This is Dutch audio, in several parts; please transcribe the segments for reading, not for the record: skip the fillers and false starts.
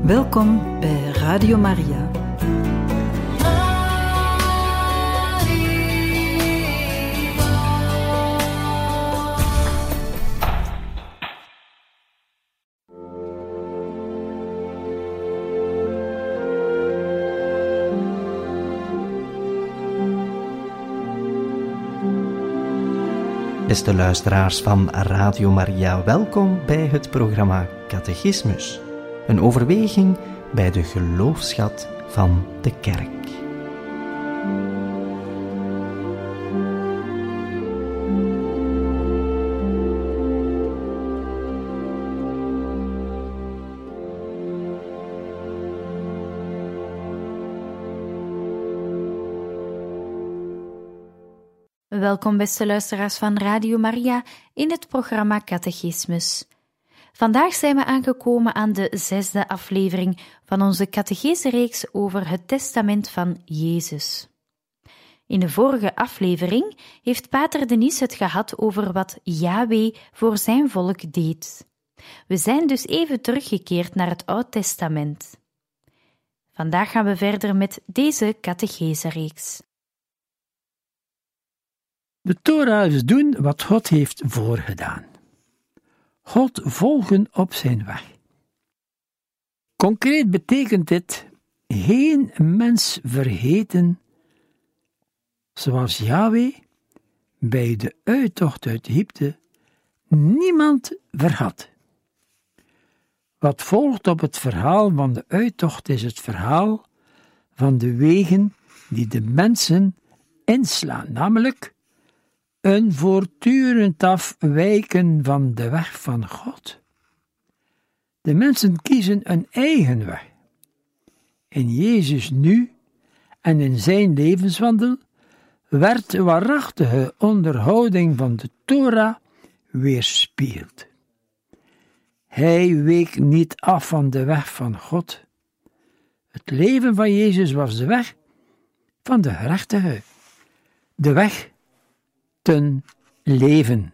Welkom bij Radio Maria. Beste luisteraars van Radio Maria, welkom bij het programma Catechismus. Een overweging bij de geloofsschat van de Kerk. Welkom beste luisteraars van Radio Maria in het programma Catechismus. Vandaag zijn we aangekomen aan de 6e aflevering van onze catechese-reeks over het testament van Jezus. In de vorige aflevering heeft Pater Denis het gehad over wat Yahweh voor zijn volk deed. We zijn dus even teruggekeerd naar het Oude Testament. Vandaag gaan we verder met deze catechese-reeks. De Torah is doen wat God heeft voorgedaan. God volgen op zijn weg. Concreet betekent dit geen mens vergeten, zoals Yahweh bij de uittocht uit Egypte niemand vergat. Wat volgt op het verhaal van de uittocht is het verhaal van de wegen die de mensen inslaan, namelijk een voortdurend afwijken van de weg van God. De mensen kiezen een eigen weg. In Jezus nu en in zijn levenswandel werd de waarachtige onderhouding van de Torah weerspiegeld. Hij week niet af van de weg van God. Het leven van Jezus was de weg van de gerechtigheid, de weg ten leven.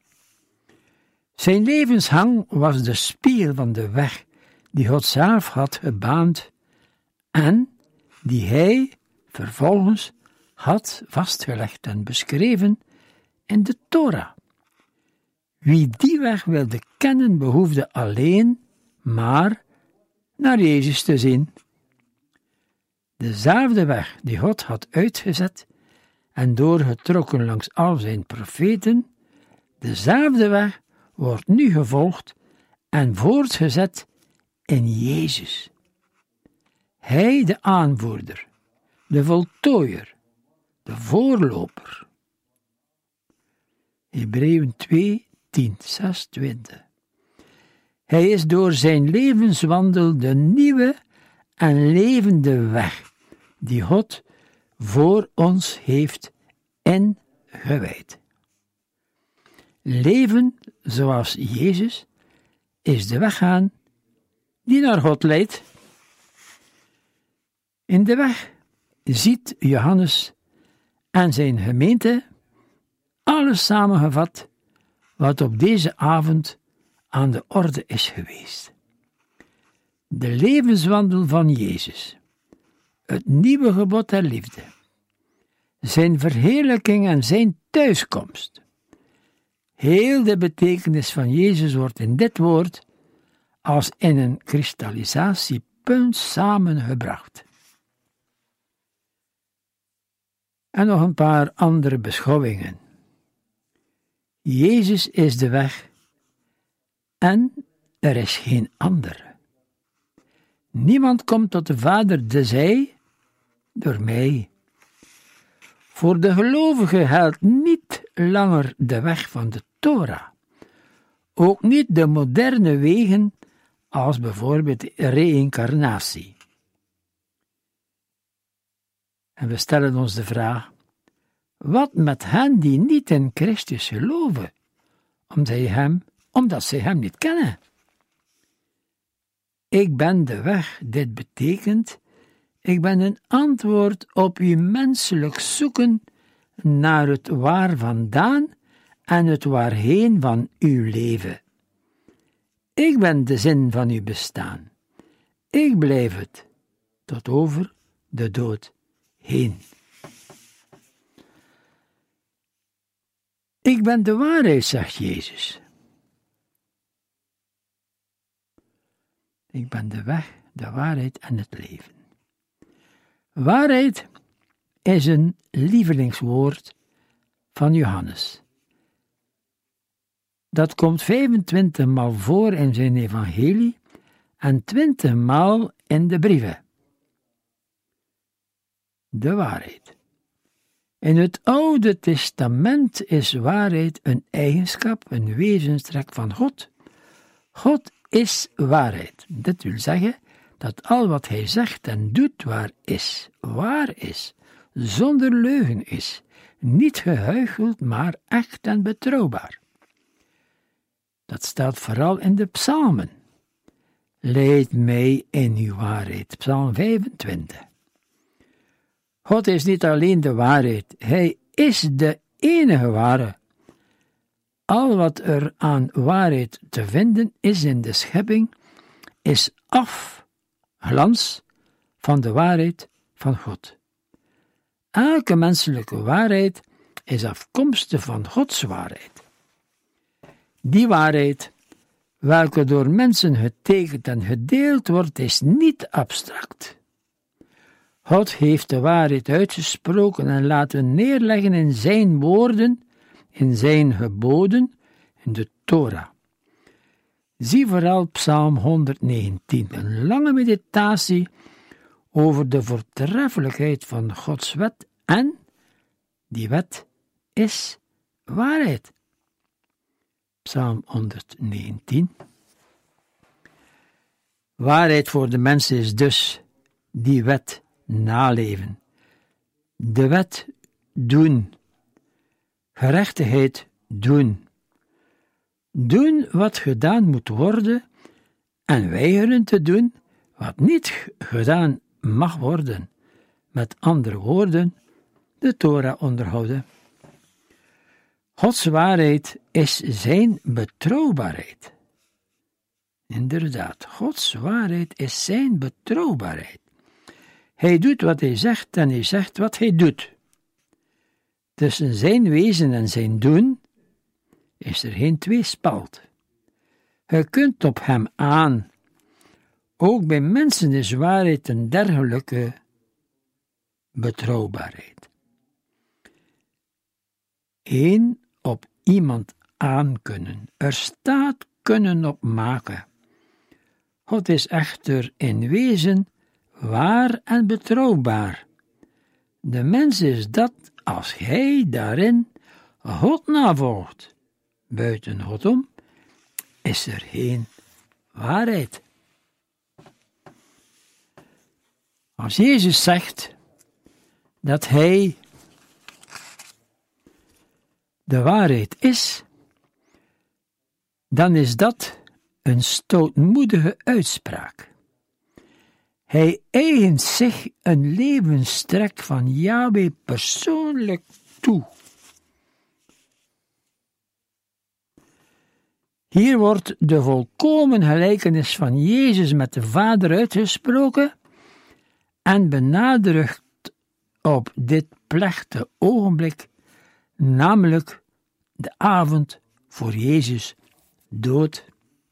Zijn levenshang was de spiegel van de weg die God zelf had gebaand en die hij vervolgens had vastgelegd en beschreven in de Torah. Wie die weg wilde kennen, behoefde alleen maar naar Jezus te zien. Dezelfde weg die God had uitgezet en doorgetrokken langs al zijn profeten, dezelfde weg wordt nu gevolgd en voortgezet in Jezus. Hij de aanvoerder, de voltooier, de voorloper. Hebreeën 2, 10, 26. Hij is door zijn levenswandel de nieuwe en levende weg die God voor ons heeft ingewijd. Leven zoals Jezus is de weg gaan die naar God leidt. In de weg ziet Johannes en zijn gemeente alles samengevat wat op deze avond aan de orde is geweest. De levenswandel van Jezus, het nieuwe gebod der liefde, zijn verheerlijking en zijn thuiskomst. Heel de betekenis van Jezus wordt in dit woord als in een kristallisatiepunt samengebracht. En nog een paar andere beschouwingen. Jezus is de weg en er is geen andere. Niemand komt tot de Vader tenzij door mij. Voor de gelovige geldt niet langer de weg van de Torah, ook niet de moderne wegen als bijvoorbeeld reïncarnatie. En we stellen ons de vraag, wat met hen die niet in Christus geloven, omdat zij hem niet kennen? Ik ben de weg, dit betekent, ik ben een antwoord op uw menselijk zoeken naar het waar vandaan en het waarheen van uw leven. Ik ben de zin van uw bestaan. ik blijf het, tot over de dood heen. Ik ben de waarheid, zegt Jezus. Ik ben de weg, de waarheid en het leven. Waarheid is een lievelingswoord van Johannes. Dat komt 25 maal voor in zijn evangelie en 20 maal in de brieven. De waarheid. In het Oude Testament is waarheid een eigenschap, een wezenstrek van God. God is waarheid. Dit wil zeggen dat al wat hij zegt en doet waar is, zonder leugen is, niet gehuicheld, maar echt en betrouwbaar. Dat staat vooral in de psalmen. Leid mij in uw waarheid, Psalm 25. God is niet alleen de waarheid, hij is de enige ware. Al wat er aan waarheid te vinden is in de schepping, is afglans van de waarheid van God. Elke menselijke waarheid is afkomstig van Gods waarheid. Die waarheid, welke door mensen getekend en gedeeld wordt, is niet abstract. God heeft de waarheid uitgesproken en laten neerleggen in zijn woorden, in zijn geboden, in de Torah. Zie vooral Psalm 119, een lange meditatie over de voortreffelijkheid van Gods wet en die wet is waarheid. Psalm 119. Waarheid voor de mensen is dus die wet naleven. De wet doen. Gerechtigheid doen. Doen wat gedaan moet worden en weigeren te doen wat niet gedaan mag worden. Met andere woorden, de Torah onderhouden. Gods waarheid is zijn betrouwbaarheid. Inderdaad, Gods waarheid is zijn betrouwbaarheid. Hij doet wat hij zegt en hij zegt wat hij doet. Tussen zijn wezen en zijn doen is er geen tweespalt. Je kunt op hem aan. Ook bij mensen is waarheid een dergelijke betrouwbaarheid. Eén op iemand aankunnen, er staat kunnen op maken. God is echter in wezen waar en betrouwbaar. De mens is dat als hij daarin God navolgt. Buiten God om is er geen waarheid. Als Jezus zegt dat hij de waarheid is, dan is dat een stoutmoedige uitspraak. Hij eigent zich een levenstrek van Yahweh persoonlijk toe. Hier wordt de volkomen gelijkenis van Jezus met de Vader uitgesproken en benadrukt op dit plechtige ogenblik, namelijk de avond voor Jezus dood.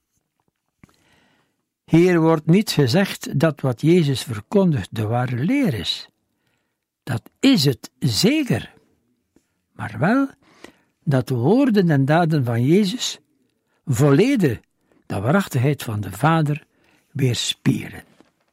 Hier wordt niet gezegd dat wat Jezus verkondigt de ware leer is. Dat is het zeker. Maar wel dat de woorden en daden van Jezus volledig de waarachtigheid van de Vader weerspiegelen.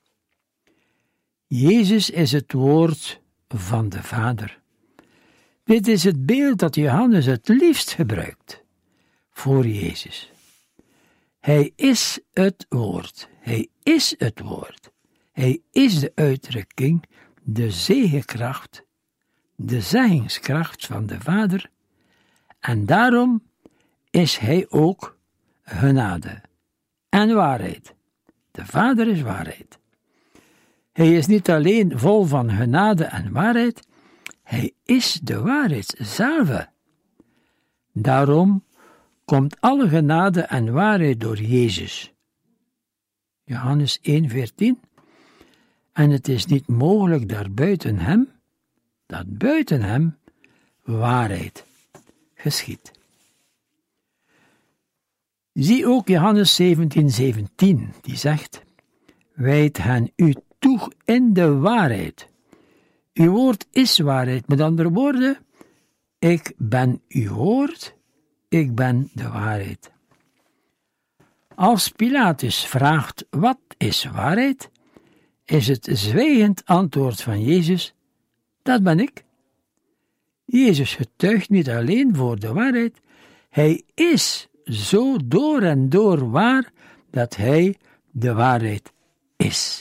Jezus is het woord van de Vader. Dit is het beeld dat Johannes het liefst gebruikt voor Jezus. Hij is het woord. Hij is het woord. Hij is de uitdrukking, de zegekracht, de zeggingskracht van de Vader. En daarom is hij ook genade en waarheid. De Vader is waarheid. Hij is niet alleen vol van genade en waarheid, hij is de waarheid zelf. Daarom komt alle genade en waarheid door Jezus. Johannes 1:14. En het is niet mogelijk dat buiten hem waarheid geschiedt. Zie ook Johannes 17:17, die zegt: wijd hen u toe in de waarheid. Uw woord is waarheid. Met andere woorden, ik ben uw woord, ik ben de waarheid. Als Pilatus vraagt wat is waarheid, is het zwijgend antwoord van Jezus: dat ben ik. Jezus getuigt niet alleen voor de waarheid, hij is zo door en door waar dat hij de waarheid is.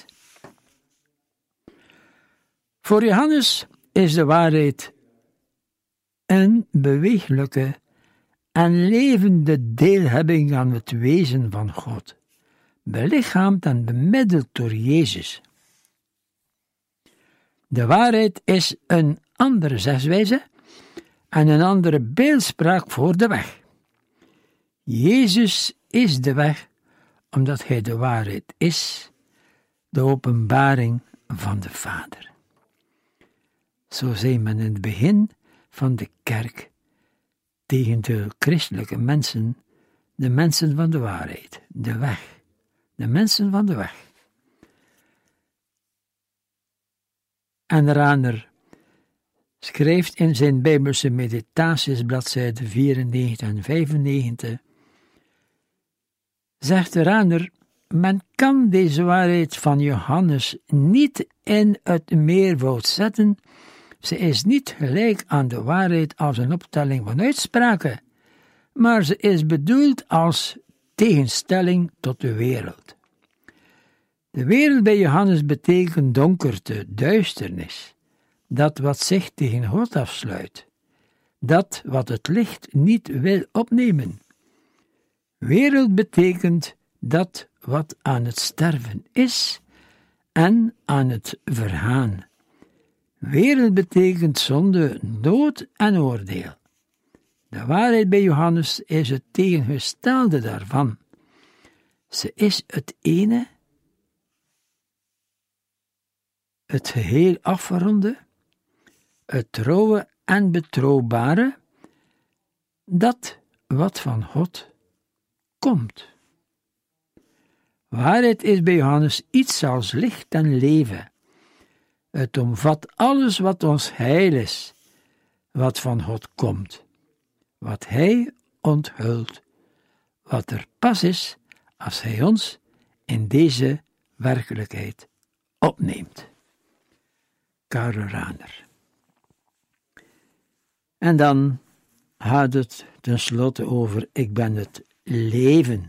Voor Johannes is de waarheid een bewegelijke en levende deelhebbing aan het wezen van God, belichaamd en bemiddeld door Jezus. De waarheid is een andere zegswijze en een andere beeldspraak voor de weg. Jezus is de weg, omdat hij de waarheid is, de openbaring van de Vader. Zo zei men in het begin van de kerk tegen de christelijke mensen, de mensen van de waarheid, de weg, de mensen van de weg. En Raner schrijft in zijn Bijbelse meditaties, bladzijde 94 en 95, zegt Raner: men kan deze waarheid van Johannes niet in het meervoud zetten. Ze is niet gelijk aan de waarheid als een optelling van uitspraken, maar ze is bedoeld als tegenstelling tot de wereld. De wereld bij Johannes betekent donkerte, duisternis, dat wat zich tegen God afsluit, dat wat het licht niet wil opnemen. Wereld betekent dat wat aan het sterven is en aan het vergaan. Wereld betekent zonde, dood en oordeel. De waarheid bij Johannes is het tegengestelde daarvan. Ze is het ene, het geheel afgeronde, het trouwe en betrouwbare, dat wat van God komt. Waarheid is bij Johannes iets als licht en leven. Het omvat alles wat ons heil is, wat van God komt, wat hij onthult, wat er pas is als hij ons in deze werkelijkheid opneemt. Karel Raner. En dan gaat het tenslotte over: ik ben het leven.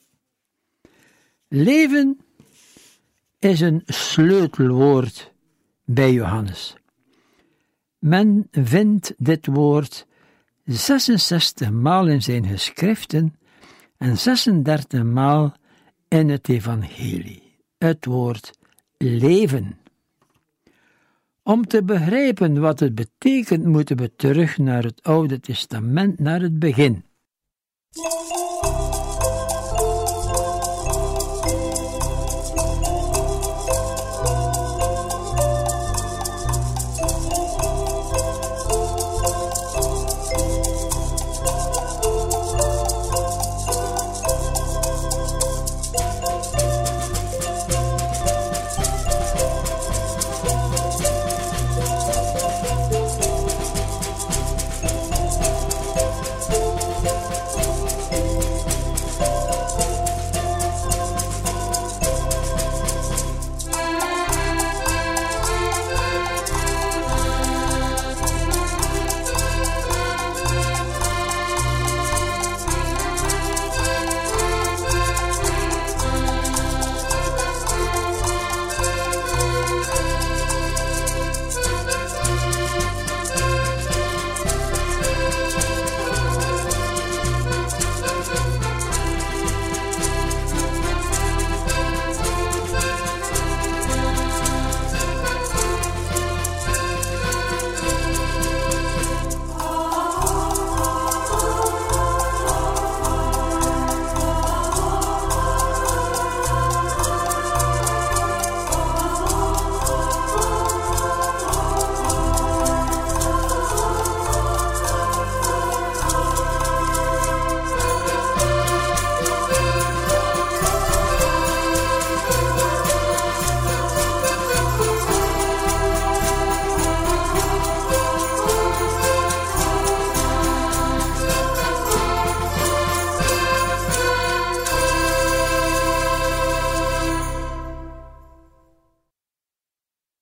Leven is een sleutelwoord bij Johannes. Men vindt dit woord 66 maal in zijn geschriften en 36 maal in het evangelie. Het woord leven. Om te begrijpen wat het betekent, moeten we terug naar het Oude Testament, naar het begin.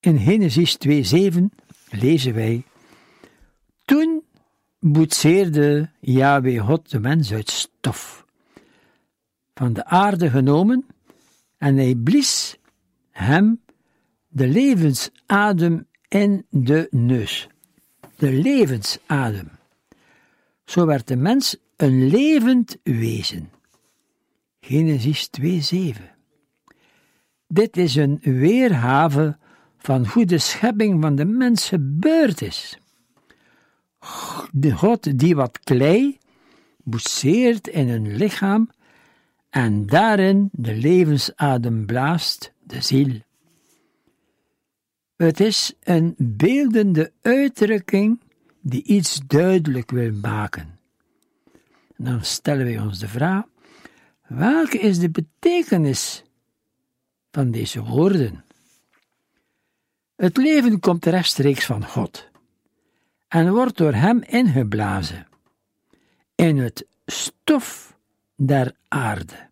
In Genesis 2:7 lezen wij: Toen boetseerde Yahweh God de mens uit stof, van de aarde genomen, en hij blies hem de levensadem in de neus. De levensadem. Zo werd de mens een levend wezen. Genesis 2:7. Dit is een weergave van hoe de schepping van de mens gebeurd is. De God die wat klei boetseert in een lichaam en daarin de levensadem blaast, de ziel. Het is een beeldende uitdrukking die iets duidelijk wil maken. En dan stellen wij ons de vraag: welke is de betekenis van deze woorden? Het leven komt rechtstreeks van God en wordt door hem ingeblazen in het stof der aarde.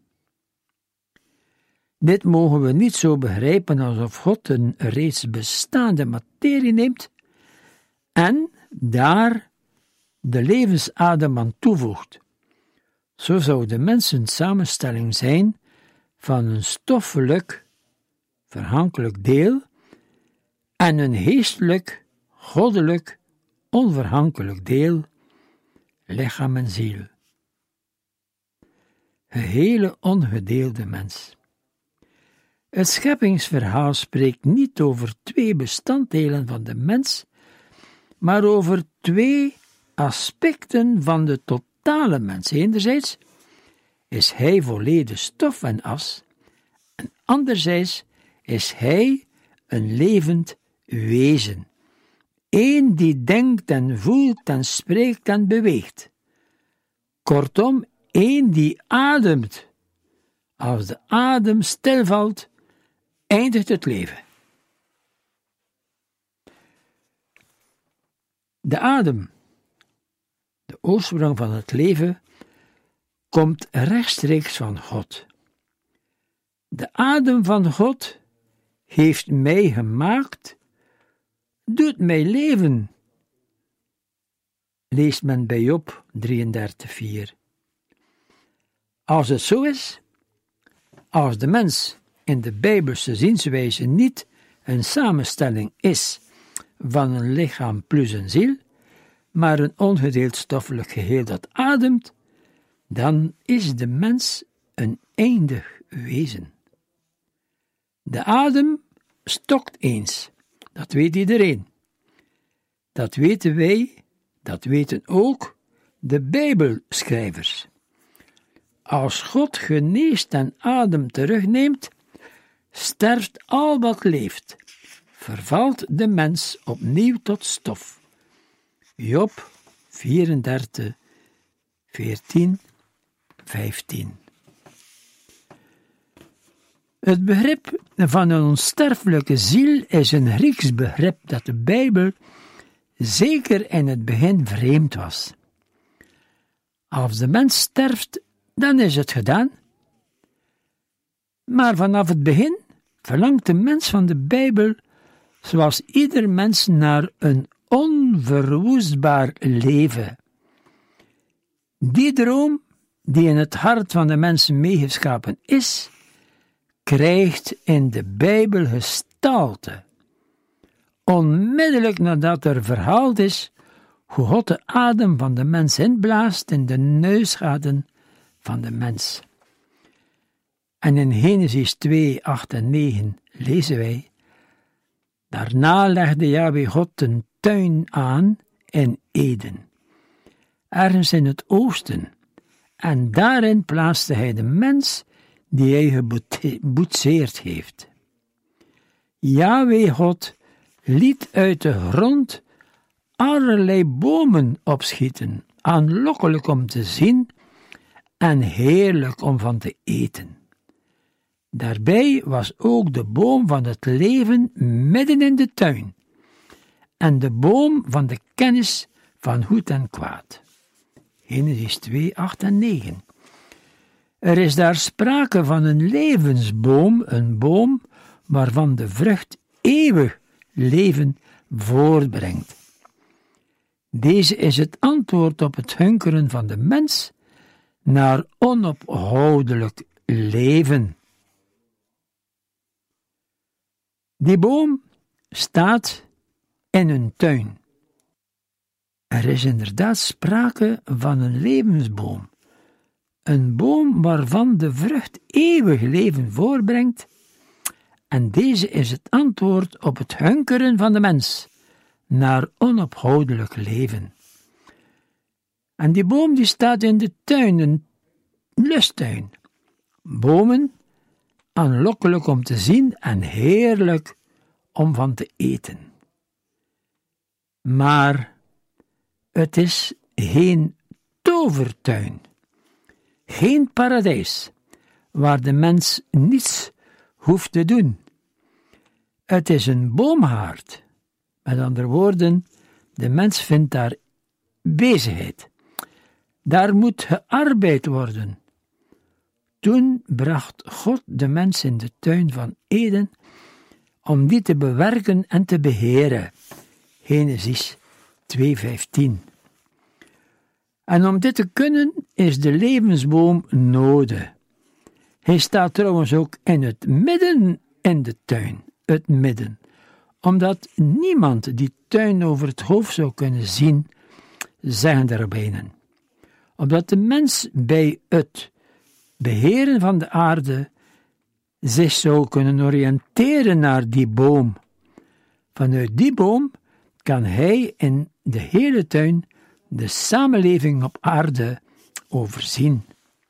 Dit mogen we niet zo begrijpen alsof God een reeds bestaande materie neemt en daar de levensadem aan toevoegt. Zo zou de mens een samenstelling zijn van een stoffelijk, vergankelijk deel en een geestelijk, goddelijk, onvergankelijk deel, lichaam en ziel. Gehele ongedeelde mens. Het scheppingsverhaal spreekt niet over twee bestanddelen van de mens, maar over twee aspecten van de totale mens. Enerzijds is hij volledig stof en as, en anderzijds is hij een levend wezen. Eén die denkt en voelt en spreekt en beweegt. Kortom, één die ademt. Als de adem stilvalt, eindigt het leven. De adem, de oorsprong van het leven, komt rechtstreeks van God. De adem van God heeft mij gemaakt, doet mij leven, leest men bij Job 33:4. Als het zo is, als de mens in de Bijbelse zienswijze niet een samenstelling is van een lichaam plus een ziel, maar een ongedeeld stoffelijk geheel dat ademt, dan is de mens een eindig wezen. De adem stokt eens, dat weet iedereen. Dat weten wij, dat weten ook de Bijbelschrijvers. Als God geneest en adem terugneemt, sterft al wat leeft, vervalt de mens opnieuw tot stof. Job 34, 14, 15. Het begrip van een onsterfelijke ziel is een Grieks begrip dat de Bijbel zeker in het begin vreemd was. Als de mens sterft, dan is het gedaan. Maar vanaf het begin verlangt de mens van de Bijbel, zoals ieder mens, naar een onverwoestbaar leven. Die droom, die in het hart van de mensen meegeschapen is, krijgt in de Bijbel gestalte. Onmiddellijk nadat er verhaald is hoe God de adem van de mens inblaast in de neusgaten van de mens. En in Genesis 2, 8 en 9 lezen wij: Daarna legde Yahweh God een tuin aan in Eden, ergens in het oosten, en daarin plaatste hij de mens die hij geboetseerd heeft. Yahweh God liet uit de grond allerlei bomen opschieten, aanlokkelijk om te zien en heerlijk om van te eten. Daarbij was ook de boom van het leven midden in de tuin en de boom van de kennis van goed en kwaad. Genesis 2, 8 en 9. Er is daar sprake van een levensboom, een boom waarvan de vrucht eeuwig leven voortbrengt. Deze is het antwoord op het hunkeren van de mens naar onophoudelijk leven. Die boom staat in een tuin. Er is inderdaad sprake van een levensboom. Een boom waarvan de vrucht eeuwig leven voortbrengt. En deze is het antwoord op het hunkeren van de mens naar onophoudelijk leven. En die boom die staat in de tuin, een lusttuin. Bomen, aanlokkelijk om te zien en heerlijk om van te eten. Maar het is geen tovertuin, geen paradijs, waar de mens niets hoeft te doen. Het is een boomhaard. Met andere woorden, de mens vindt daar bezigheid. Daar moet gearbeid worden. Toen bracht God de mens in de tuin van Eden om die te bewerken en te beheren. Genesis 2:15. En om dit te kunnen is de levensboom nodig. Hij staat trouwens ook in het midden in de tuin, het midden, omdat niemand die tuin over het hoofd zou kunnen zien, zeggen de rabbijnen. Omdat de mens bij het beheren van de aarde zich zou kunnen oriënteren naar die boom. Vanuit die boom kan hij in de hele tuin de samenleving op aarde overzien.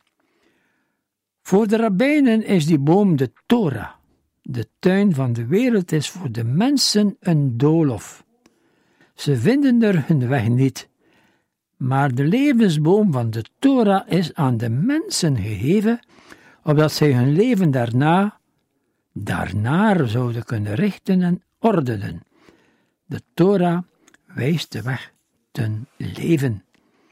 Voor de rabbijnen is die boom de Torah. De tuin van de wereld is voor de mensen een doolhof. Ze vinden er hun weg niet. Maar de levensboom van de Torah is aan de mensen gegeven, opdat zij hun leven daarnaar zouden kunnen richten en ordenen. De Torah wijst de weg ten leven.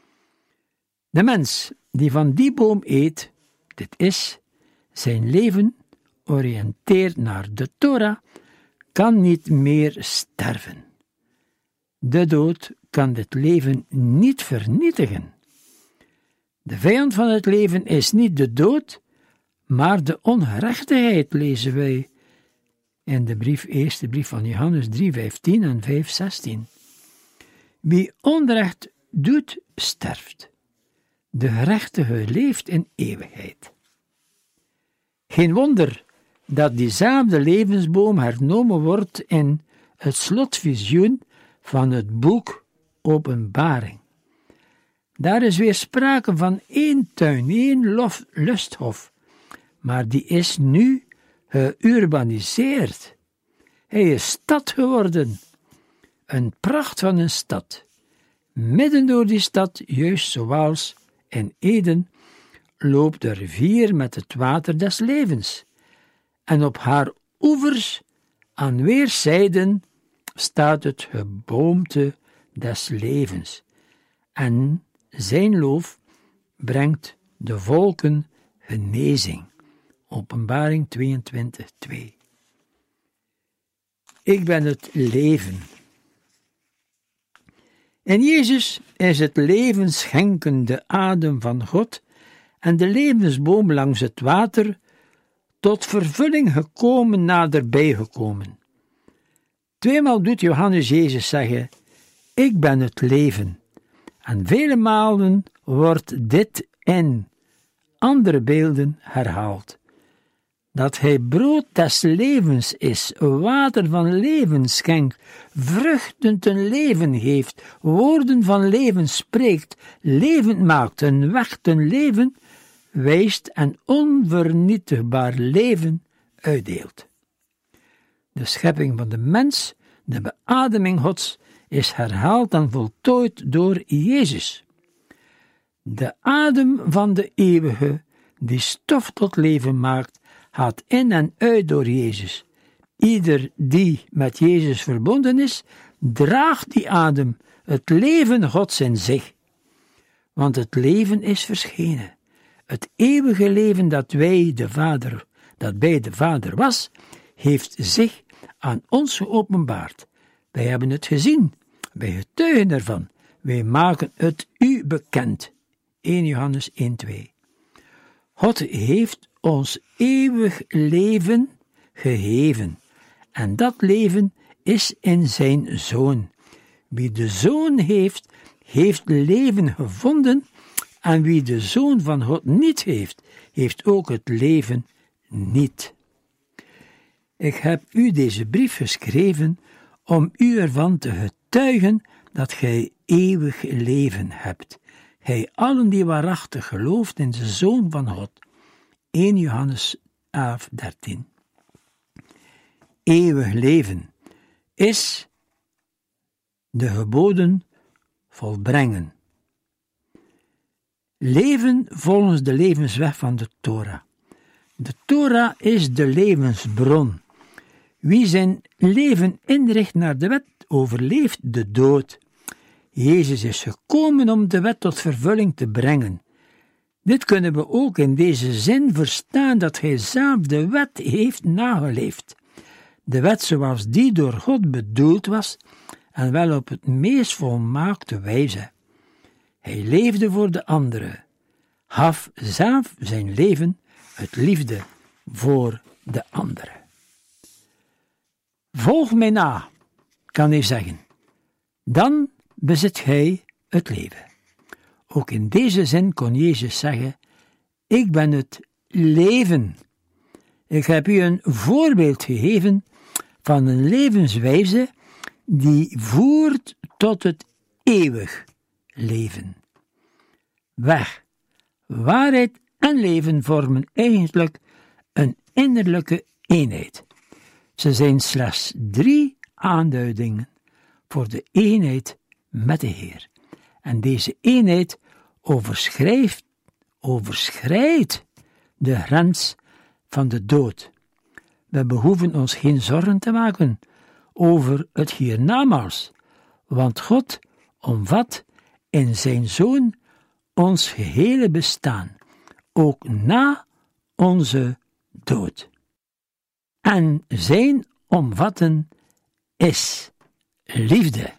De mens die van die boom eet, dit is, zijn leven oriënteert naar de Torah, kan niet meer sterven. De dood kan dit leven niet vernietigen. De vijand van het leven is niet de dood, maar de ongerechtigheid, lezen wij in de eerste brief van Johannes 3:15 en 5:16. Wie onrecht doet, sterft. De gerechtige leeft in eeuwigheid. Geen wonder dat diezelfde levensboom hernomen wordt in het slotvisioen van het boek Openbaring. Daar is weer sprake van één tuin, één lusthof, maar die is nu geurbaniseerd. Hij is stad geworden, een pracht van een stad. Midden door die stad, juist zoals in Eden, loopt de rivier met het water des levens. En op haar oevers, aan weerszijden, staat het geboomte des levens. En zijn loof brengt de volken genezing. Openbaring 22:2. Ik ben het leven. In Jezus is het levensschenkende adem van God en de levensboom langs het water tot vervulling gekomen, naderbij gekomen. 2 doet Johannes Jezus zeggen, ik ben het leven. En vele malen wordt dit in andere beelden herhaald. Dat hij brood des levens is, water van leven schenkt, vruchten ten leven geeft, woorden van leven spreekt, levend maakt, een weg ten leven wijst en onvernietigbaar leven uitdeelt. De schepping van de mens, de beademing Gods, is herhaald en voltooid door Jezus. De adem van de eeuwige, die stof tot leven maakt, gaat in en uit door Jezus. Ieder die met Jezus verbonden is, draagt die adem, het leven Gods in zich. Want het leven is verschenen. Het eeuwige leven dat bij de Vader was, heeft zich aan ons geopenbaard. Wij hebben het gezien, wij getuigen ervan, wij maken het u bekend. 1 Johannes 1:2. God heeft ons eeuwig leven gegeven, en dat leven is in zijn Zoon. Wie de Zoon heeft, heeft leven gevonden, en wie de Zoon van God niet heeft, heeft ook het leven niet. Ik heb u deze brief geschreven om u ervan te getuigen dat gij eeuwig leven hebt. Gij allen die waarachtig gelooft in de Zoon van God. 1 Johannes 11:13. Eeuwig leven is de geboden volbrengen. Leven volgens de levensweg van de Torah. De Torah is de levensbron. Wie zijn leven inricht naar de wet, overleeft de dood. Jezus is gekomen om de wet tot vervulling te brengen. Dit kunnen we ook in deze zin verstaan dat hij zelf de wet heeft nageleefd. De wet zoals die door God bedoeld was, en wel op het meest volmaakte wijze. Hij leefde voor de anderen, gaf zelf zijn leven uit liefde voor de anderen. Volg mij na, kan hij zeggen. Dan bezit gij het leven. Ook in deze zin kon Jezus zeggen, ik ben het leven. Ik heb u een voorbeeld gegeven van een levenswijze die voert tot het eeuwig leven. Weg, waarheid en leven vormen eigenlijk een innerlijke eenheid. Ze zijn slechts 3 aanduidingen voor de eenheid met de Heer. En deze eenheid overschrijdt de grens van de dood. We behoeven ons geen zorgen te maken over het hiernamaals, want God omvat in zijn Zoon ons gehele bestaan, ook na onze dood. En zijn omvatten is liefde.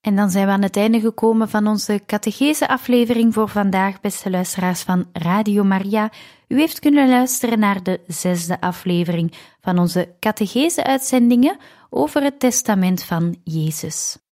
En dan zijn we aan het einde gekomen van onze catechese-aflevering voor vandaag, beste luisteraars van Radio Maria. U heeft kunnen luisteren naar de 6e aflevering van onze catechese-uitzendingen over het testament van Jezus.